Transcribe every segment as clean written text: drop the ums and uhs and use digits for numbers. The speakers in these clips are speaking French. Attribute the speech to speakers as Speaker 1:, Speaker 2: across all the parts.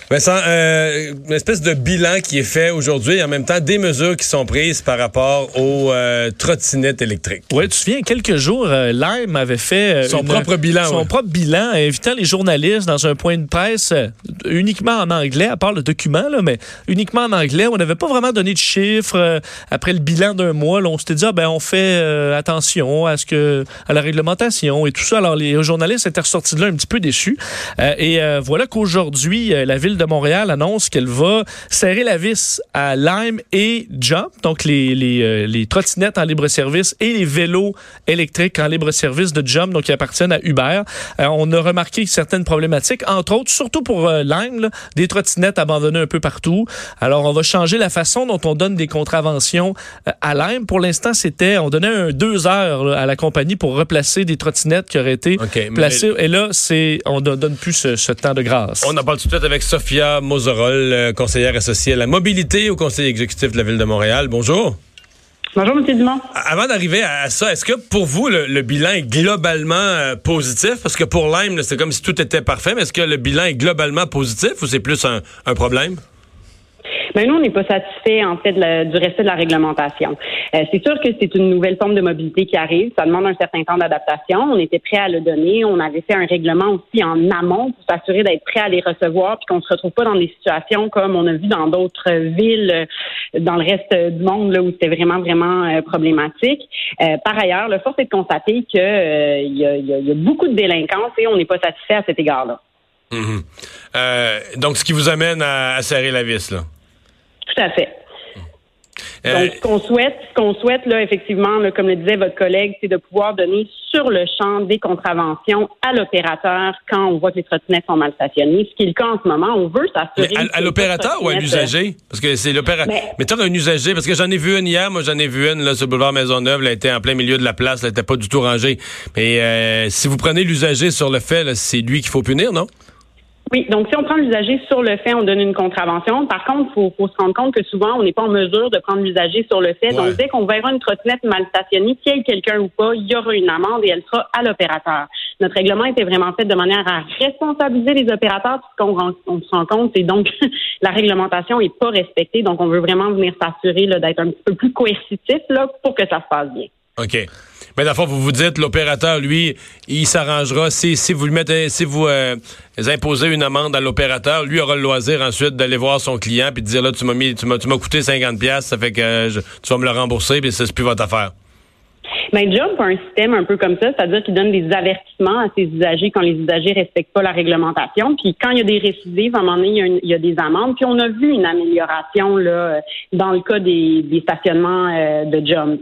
Speaker 1: Vincent, une espèce de bilan qui est fait aujourd'hui et en même temps des mesures qui sont prises par rapport aux trottinettes électriques.
Speaker 2: Oui, tu te souviens, quelques jours, Lime avait fait
Speaker 1: son propre bilan,
Speaker 2: invitant les journalistes dans un point de presse uniquement en anglais, à part le document, là, mais uniquement en anglais. On n'avait pas vraiment donné de chiffres. Après le bilan d'un mois, là, on s'était dit, on fait attention à la réglementation et tout ça. Alors, les journalistes étaient ressortis de là un petit peu déçus. Voilà qu'aujourd'hui, la Ville de Montréal annonce qu'elle va serrer la vis à Lime et Jump, donc les trottinettes en libre-service et les vélos électriques en libre-service de Jump, donc qui appartiennent à Uber. On a remarqué certaines problématiques, entre autres, surtout pour Lime, là, des trottinettes abandonnées un peu partout. Alors, on va changer la façon dont on donne des contraventions à Lime. Pour l'instant, on donnait 2 heures là, à la compagnie pour replacer des trottinettes qui auraient été placées. Et là, on ne donne plus ce temps de grâce.
Speaker 1: On en parle tout de suite avec Sophia Mozerol, conseillère associée à la mobilité au conseil exécutif de la Ville de Montréal. Bonjour.
Speaker 3: Bonjour, M. Dumont.
Speaker 1: Avant d'arriver à ça, est-ce que pour vous, le bilan est globalement positif? Parce que pour Lime, c'est comme si tout était parfait, mais est-ce que le bilan est globalement positif ou c'est plus un problème?
Speaker 3: Ben, nous, on n'est pas satisfait, en fait, du respect de la réglementation. C'est sûr que c'est une nouvelle forme de mobilité qui arrive. Ça demande un certain temps d'adaptation. On était prêt à le donner. On avait fait un règlement aussi en amont pour s'assurer d'être prêt à les recevoir puis qu'on se retrouve pas dans des situations comme on a vu dans d'autres villes dans le reste du monde là où c'était vraiment, vraiment problématique. Par ailleurs, force est de constater que il y a beaucoup de délinquance et on n'est pas satisfait à cet égard-là.
Speaker 1: Donc, ce qui vous amène à serrer la vis, là?
Speaker 3: Tout à fait. Donc, ce qu'on souhaite, là, effectivement, là, comme le disait votre collègue, c'est de pouvoir donner sur le champ des contraventions à l'opérateur quand on voit que les trottinettes sont mal stationnées. Ce qui est le cas en ce moment, on veut s'assurer.
Speaker 1: Mais à l'opérateur ou à l'usager? Parce que c'est l'opérateur. Mettons un usager, parce que j'en ai vu une hier, moi j'en ai vu une là, sur le boulevard Maisonneuve, elle était en plein milieu de la place, elle était pas du tout rangée. Mais si vous prenez l'usager sur le fait, là, c'est lui qu'il faut punir, non?
Speaker 3: Oui, donc si on prend l'usager sur le fait, on donne une contravention. Par contre, faut se rendre compte que souvent, on n'est pas en mesure de prendre l'usager sur le fait. Ouais. Donc, dès qu'on verra une trottinette mal stationnée, qu'il y ait quelqu'un ou pas, il y aura une amende et elle sera à l'opérateur. Notre règlement était vraiment fait de manière à responsabiliser les opérateurs. Tout ce qu'on se rend compte, c'est donc la réglementation est pas respectée. Donc, on veut vraiment venir s'assurer là, d'être un petit peu plus coercitif là, pour que ça se passe bien.
Speaker 1: OK. Mais dans le fond, vous dites, l'opérateur, lui, il s'arrangera. Si vous imposez une amende à l'opérateur, lui aura le loisir ensuite d'aller voir son client puis de dire, là, tu m'as coûté 50$, ça fait que tu vas me le rembourser puis c'est plus votre affaire.
Speaker 3: Ben, Jump a un système un peu comme ça, c'est-à-dire qu'il donne des avertissements à ses usagers quand les usagers respectent pas la réglementation. Puis quand il y a des récidives, à un moment donné, il y a des amendes. Puis on a vu une amélioration là dans le cas des stationnements de Jump.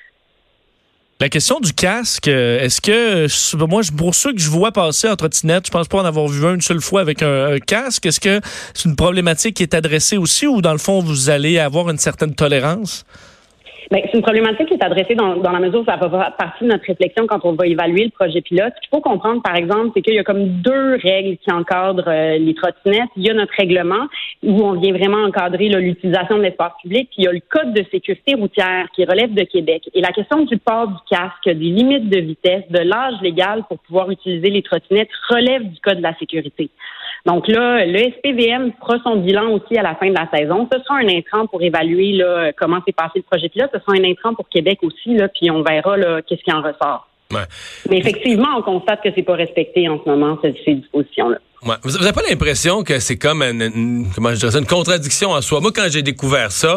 Speaker 2: La question du casque, est-ce que, moi, pour ceux que je vois passer en trottinette, je pense pas en avoir vu une seule fois avec un casque, est-ce que c'est une problématique qui est adressée aussi ou dans le fond, vous allez avoir une certaine tolérance?
Speaker 3: Bien, c'est une problématique qui est adressée dans la mesure où ça va faire partie de notre réflexion quand on va évaluer le projet pilote. Ce qu'il faut comprendre, par exemple, c'est qu'il y a comme 2 règles qui encadrent les trottinettes. Il y a notre règlement où on vient vraiment encadrer là, l'utilisation de l'espace public, puis il y a le code de sécurité routière qui relève de Québec. Et la question du port du casque, des limites de vitesse, de l'âge légal pour pouvoir utiliser les trottinettes relève du code de la sécurité. Donc là, le SPVM fera son bilan aussi à la fin de la saison. Ce sera un intrant pour évaluer là, comment s'est passé le projet pilote. Ce sera un intrant pour Québec aussi, là, puis on verra là, qu'est-ce qui en ressort.
Speaker 1: Ouais.
Speaker 3: Mais effectivement, on constate que c'est pas respecté en ce moment, ces dispositions-là.
Speaker 1: Ouais. Vous n'avez pas l'impression que c'est comme une contradiction en soi? Moi, quand j'ai découvert ça,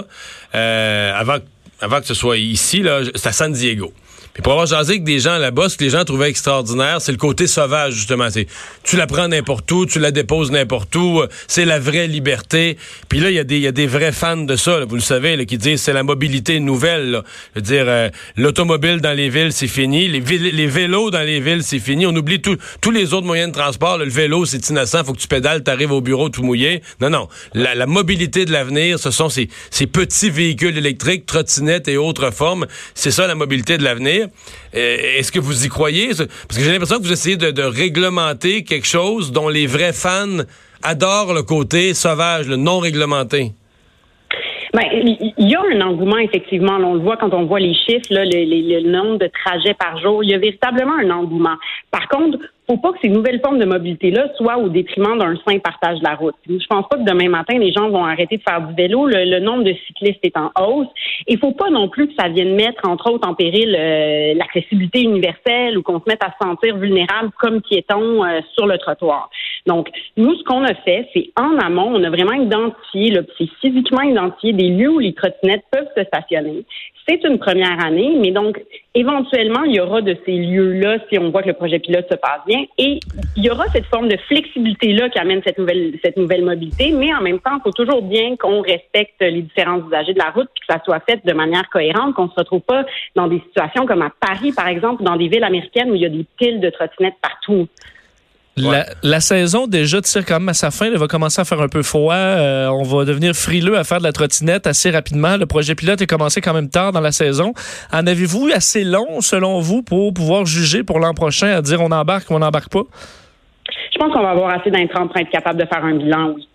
Speaker 1: avant que ce soit ici, là, c'est à San Diego. Puis pour avoir jasé avec des gens là-bas, ce que les gens trouvaient extraordinaire, c'est le côté sauvage, justement. C'est, tu la prends n'importe où, tu la déposes n'importe où, c'est la vraie liberté. Puis là, il y a des vrais fans de ça, là, vous le savez, là, qui disent c'est la mobilité nouvelle. Là. Je veux dire, l'automobile dans les villes, c'est fini. Les vélos dans les villes, c'est fini. On oublie tous les autres moyens de transport. Là, le vélo, c'est innocent, faut que tu pédales, t'arrives au bureau tout mouillé. Non. La mobilité de l'avenir, ce sont ces petits véhicules électriques, trottinettes et autres formes. C'est ça, la mobilité de l'avenir. Est-ce que vous y croyez? Parce que j'ai l'impression que vous essayez de réglementer quelque chose dont les vrais fans adorent le côté sauvage, le non réglementé.
Speaker 3: Ben, il y a un engouement, effectivement. Là, on le voit quand on voit les chiffres, là, le nombre de trajets par jour. Il y a véritablement un engouement. Par contre, faut pas que ces nouvelles formes de mobilité-là soient au détriment d'un sain partage de la route. Je pense pas que demain matin, les gens vont arrêter de faire du vélo. Le nombre de cyclistes est en hausse. Il faut pas non plus que ça vienne mettre, entre autres, en péril l'accessibilité universelle ou qu'on se mette à se sentir vulnérable comme piéton sur le trottoir. Donc, nous, ce qu'on a fait, c'est en amont, on a vraiment identifié, là, c'est physiquement identifié des lieux où les trottinettes peuvent se stationner. C'est une première année, mais donc, éventuellement, il y aura de ces lieux-là si on voit que le projet pilote se passe bien. Et il y aura cette forme de flexibilité-là qui amène cette nouvelle mobilité, mais en même temps, il faut toujours bien qu'on respecte les différents usagers de la route puis que ça soit fait de manière cohérente, qu'on ne se retrouve pas dans des situations comme à Paris, par exemple, ou dans des villes américaines où il y a des piles de trottinettes partout.
Speaker 2: La saison déjà tire quand même à sa fin. Elle va commencer à faire un peu froid. On va devenir frileux à faire de la trottinette assez rapidement. Le projet pilote est commencé quand même tard dans la saison. En avez-vous assez long, selon vous, pour pouvoir juger pour l'an prochain, à dire on embarque ou on n'embarque pas?
Speaker 3: Je pense qu'on va avoir assez d'intrants pour être capable de faire un bilan, oui.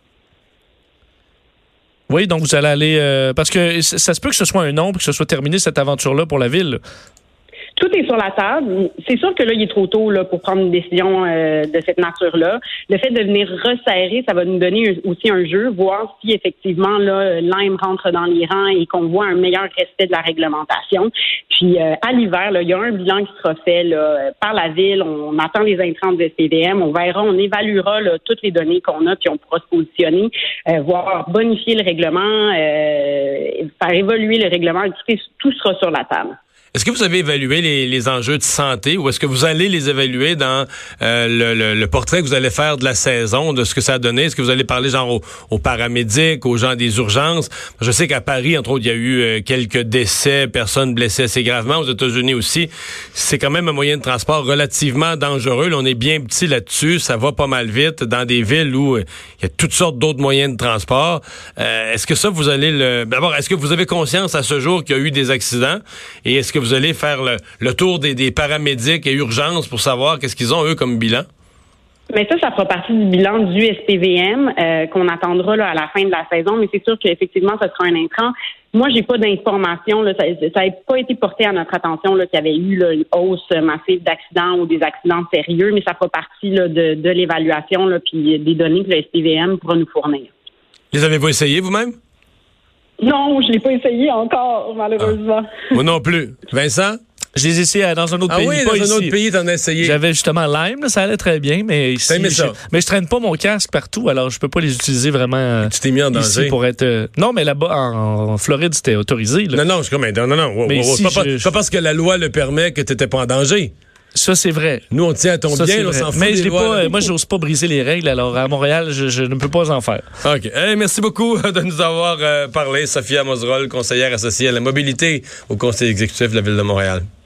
Speaker 2: Oui, donc vous allez aller... parce que ça se peut que ce soit un nombre, que ce soit terminé cette aventure-là pour la ville.
Speaker 3: Tout est sur la table. C'est sûr que là, il est trop tôt là, pour prendre une décision de cette nature-là. Le fait de venir resserrer, ça va nous donner aussi un jeu, voir si effectivement là, Lime rentre dans les rangs et qu'on voit un meilleur respect de la réglementation. Puis à l'hiver, là, il y a un bilan qui sera fait là, par la ville. On attend les intrants de SPVM. On verra, on évaluera là, toutes les données qu'on a, puis on pourra se positionner, voir bonifier le règlement, faire évoluer le règlement. Tout sera sur la table.
Speaker 1: Est-ce que vous avez évalué les enjeux de santé ou est-ce que vous allez les évaluer dans le portrait que vous allez faire de la saison, de ce que ça a donné? Est-ce que vous allez parler genre aux paramédics, aux gens des urgences? Je sais qu'à Paris, entre autres, il y a eu quelques décès, personnes blessées assez gravement. Aux États-Unis aussi, c'est quand même un moyen de transport relativement dangereux. Là, on est bien petit là-dessus, ça va pas mal vite dans des villes où il y a toutes sortes d'autres moyens de transport. Est-ce que ça, vous allez D'abord, est-ce que vous avez conscience à ce jour qu'il y a eu des accidents? Et est-ce que vous allez faire le tour des paramédics et urgences pour savoir qu'est-ce qu'ils ont, eux, comme bilan?
Speaker 3: Mais ça fera partie du bilan du SPVM qu'on attendra là, à la fin de la saison. Mais c'est sûr qu'effectivement, ce sera un intrant. Moi, j'ai pas d'informations. Là, ça n'a pas été porté à notre attention là, qu'il y avait eu là, une hausse massive d'accidents ou des accidents sérieux, mais ça fera partie là, de l'évaluation là, puis des données que le SPVM pourra nous fournir.
Speaker 1: Les avez-vous essayés vous-même?
Speaker 3: Non, je l'ai pas essayé encore, malheureusement.
Speaker 1: Moi non plus. Vincent?
Speaker 2: Je les ai essayés dans un autre pays.
Speaker 1: Ah oui, dans un autre pays, t'en as essayé.
Speaker 2: J'avais justement Lime, là, ça allait très bien, mais ici, je traîne pas mon casque partout, alors je peux pas les utiliser vraiment.
Speaker 1: Tu t'es mis en danger
Speaker 2: pour être. Non, mais là-bas en Floride, c'était autorisé. Là.
Speaker 1: Non, c'est pas parce que la loi le permet que t'étais pas en danger.
Speaker 2: Ça, c'est vrai.
Speaker 1: Nous, on tient à ton bien, on s'en fout.
Speaker 2: Mais
Speaker 1: des lois,
Speaker 2: moi, j'ose pas briser les règles. Alors, à Montréal, je ne peux pas en faire.
Speaker 1: OK. Hey, merci beaucoup de nous avoir parlé. Sophia Moserol, conseillère associée à la mobilité au Conseil exécutif de la Ville de Montréal.